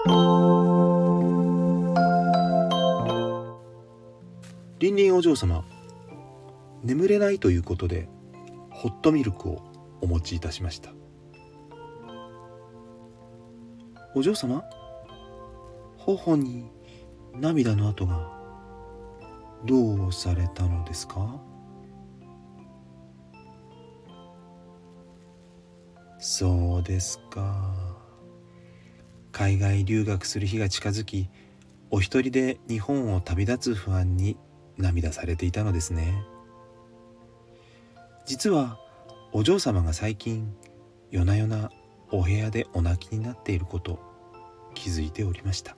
りんりんお嬢様、眠れないということでホットミルクをお持ちいたしました。お嬢様、頬に涙の跡が。どうされたのですか？そうですか。海外留学する日が近づき、お一人で日本を旅立つ不安に涙されていたのですね。実はお嬢様が最近夜な夜なお部屋でお泣きになっていること、気づいておりました。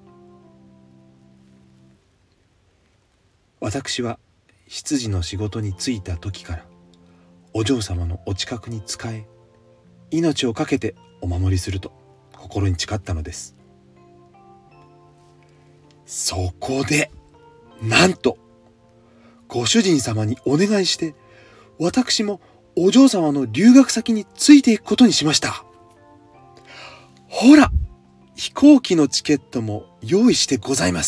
私は執事の仕事に就いた時からお嬢様のお近くに仕え、命を懸けてお守りすると心に誓ったのです。そこでなんとご主人様にお願いして、私もお嬢様の留学先についていくことにしました。ほら、飛行機のチケットも用意してございます。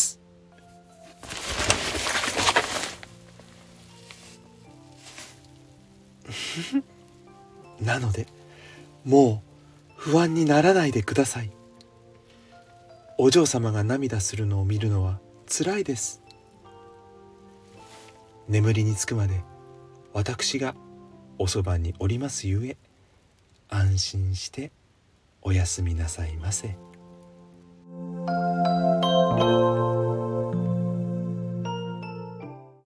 なのでもう不安にならないでください。お嬢様が涙するのを見るのは辛いです。眠りにつくまで私がおそばにおりますゆえ、安心しておやすみなさいませ。